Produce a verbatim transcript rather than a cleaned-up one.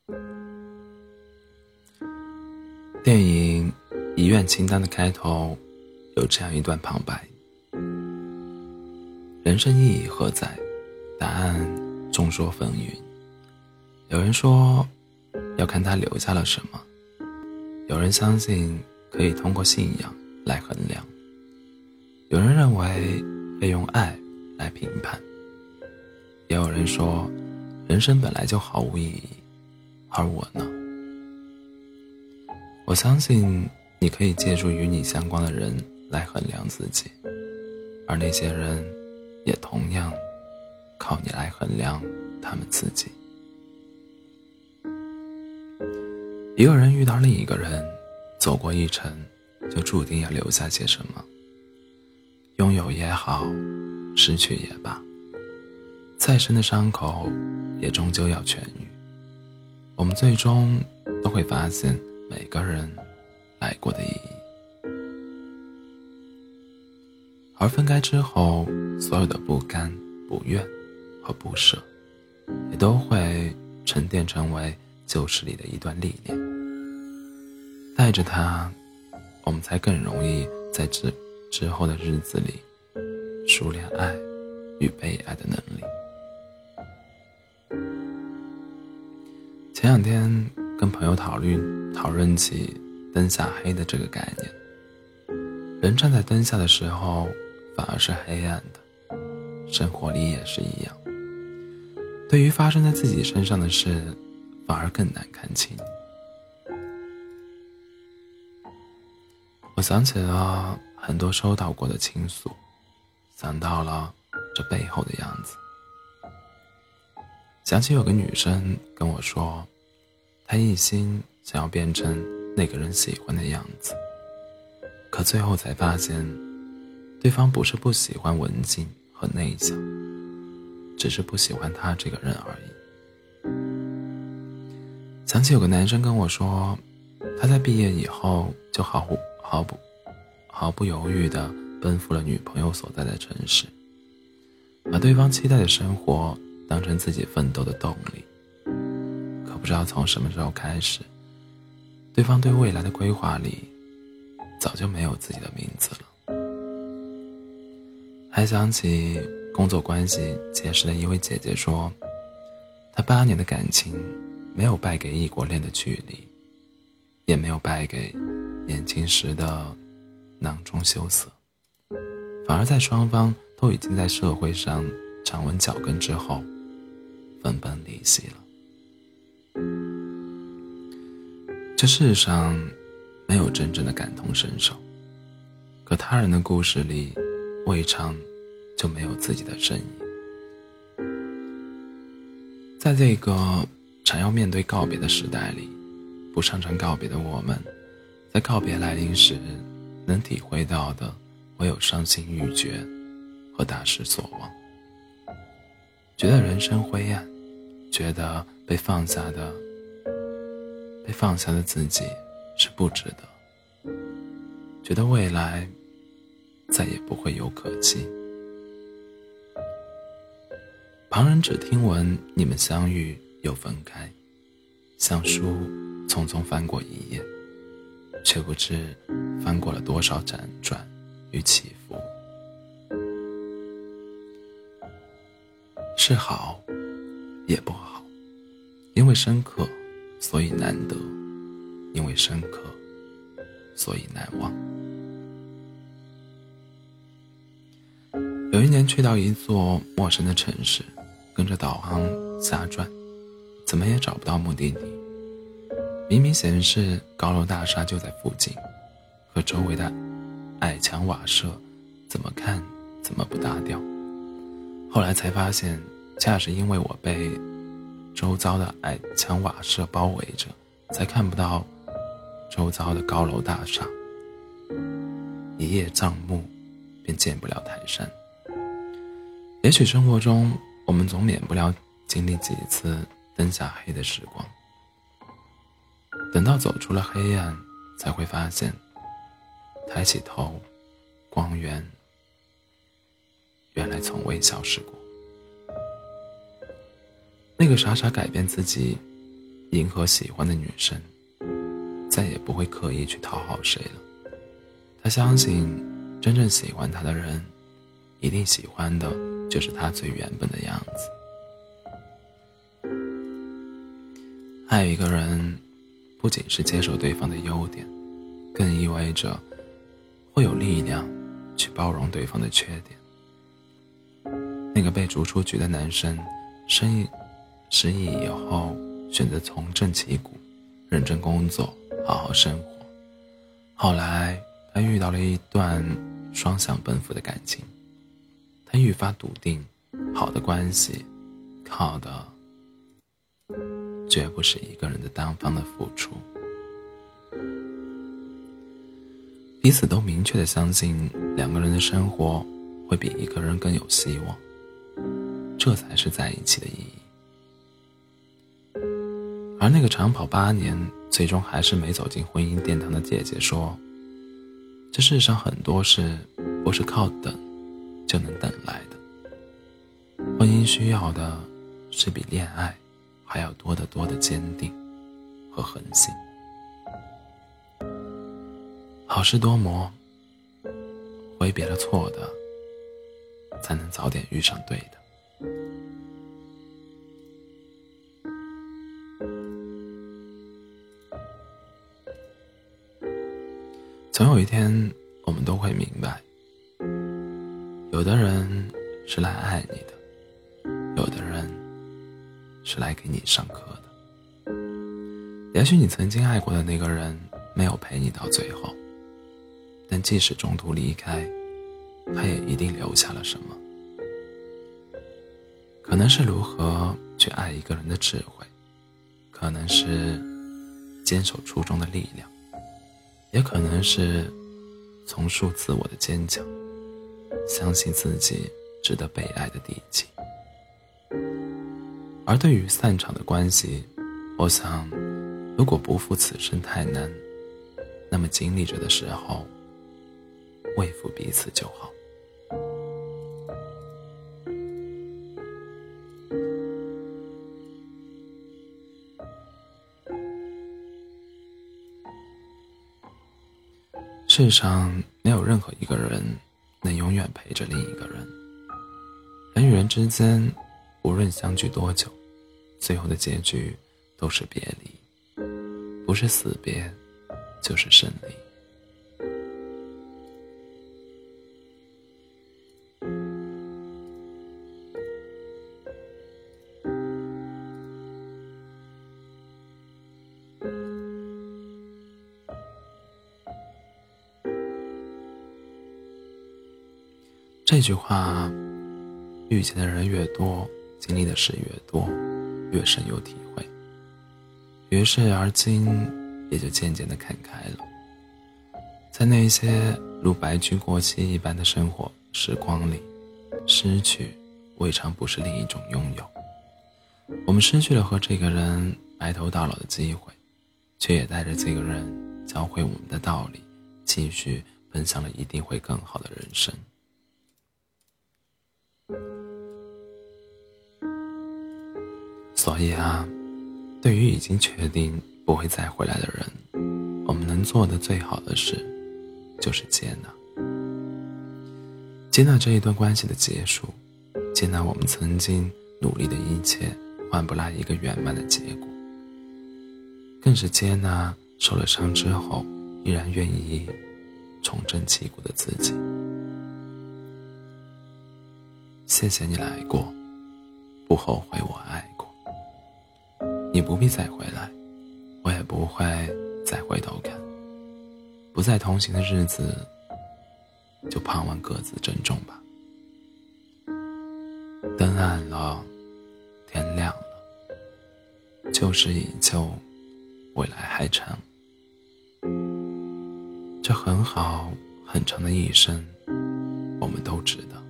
电影《遗愿清单》的开头有这样一段旁白：人生意义何在？答案众说纷纭。有人说要看他留下了什么，有人相信可以通过信仰来衡量，有人认为可以用爱来评判，也有人说人生本来就毫无意义。而我呢？我相信你可以借助与你相关的人来衡量自己，而那些人也同样靠你来衡量他们自己。一个人遇到另一个人，走过一程，就注定要留下些什么。拥有也好，失去也罢，再深的伤口也终究要痊愈。我们最终都会发现每个人来过的意义，而分开之后，所有的不甘、不愿和不舍，也都会沉淀成为旧事里的一段历练。带着它，我们才更容易在之之后的日子里熟练爱与被爱的能力。前两天跟朋友讨论讨论起灯下黑的这个概念，人站在灯下的时候反而是黑暗的，生活里也是一样。对于发生在自己身上的事，反而更难看清。我想起了很多收到过的倾诉，想到了这背后的样子。想起有个女生跟我说，她一心想要变成那个人喜欢的样子，可最后才发现，对方不是不喜欢文静和内向，只是不喜欢她这个人而已。想起有个男生跟我说，他在毕业以后就毫不毫不毫不犹豫地奔赴了女朋友所在的城市，把对方期待的生活当成自己奋斗的动力。可不知道从什么时候开始，对方对未来的规划里早就没有自己的名字了。还想起工作关系结识的一位姐姐说，她八年的感情没有败给异国恋的距离，也没有败给年轻时的囊中羞涩，反而在双方都已经在社会上站稳脚跟之后，分崩离析了。这世上没有真正的感同身受，可他人的故事里未尝就没有自己的身影。在这个常要面对告别的时代里，不擅长告别的我们，在告别来临时能体会到的唯有伤心欲绝和大失所望，觉得人生灰暗，觉得被放下的被放下的自己是不值得，觉得未来再也不会有可期。旁人只听闻你们相遇又分开，像书匆匆翻过一页，却不知翻过了多少辗转与起伏。是好也不好，因为深刻所以难得，因为深刻所以难忘。有一年去到一座陌生的城市，跟着导航瞎转，怎么也找不到目的地。明明显示高楼大厦就在附近，和周围的矮墙瓦舍怎么看怎么不搭调。后来才发现，恰是因为我被周遭的矮墙瓦舍包围着，才看不到周遭的高楼大厦。一叶障目，便见不了泰山。也许生活中我们总免不了经历几次灯下黑的时光，等到走出了黑暗，才会发现抬起头，光源原来从未消失过。那个傻傻改变自己迎合喜欢的女生，再也不会刻意去讨好谁了。他相信真正喜欢他的人一定喜欢的就是他最原本的样子。爱一个人不仅是接受对方的优点，更意味着会有力量去包容对方的缺点。那个被逐出局的男生生意失意以后，选择重振旗鼓，认真工作，好好生活。后来他遇到了一段双向奔赴的感情，他愈发笃定，好的关系靠的绝不是一个人的单方的付出。彼此都明确地相信两个人的生活会比一个人更有希望，这才是在一起的意义。而那个长跑八年最终还是没走进婚姻殿堂的姐姐说，这世上很多事不是靠等就能等来的，婚姻需要的是比恋爱还要多得多的坚定和恒心。好事多磨，挥别了错的，才能早点遇上对的。总有一天我们都会明白，有的人是来爱你的，有的人是来给你上课的。也许你曾经爱过的那个人没有陪你到最后，但即使中途离开，他也一定留下了什么。可能是如何去爱一个人的智慧，可能是坚守初衷的力量，也可能是重塑自我的坚强，相信自己值得被爱的底气。而对于散场的关系，我想如果不负此生太难，那么经历着的时候慰抚彼此就好。世上没有任何一个人能永远陪着另一个人，人与人之间无论相聚多久，最后的结局都是别离，不是死别就是胜利。这句话，遇见的人越多，经历的事越多，越深有体会。于是而今也就渐渐地看开了。在那些如白驹过隙一般的生活时光里，失去未尝不是另一种拥有。我们失去了和这个人白头到老的机会，却也带着这个人教会我们的道理，继续奔向了一定会更好的人生。所以啊，对于已经确定不会再回来的人，我们能做的最好的事就是接纳。接纳这一段关系的结束，接纳我们曾经努力的一切换不来一个圆满的结果，更是接纳受了伤之后依然愿意重振旗鼓的自己。谢谢你来过，不后悔我爱过。你不必再回来，我也不会再回头看。不再同行的日子，就盼望各自珍重吧。灯暗了，天亮了，旧事已旧，未来还长。这很好很长的一生，我们都值得。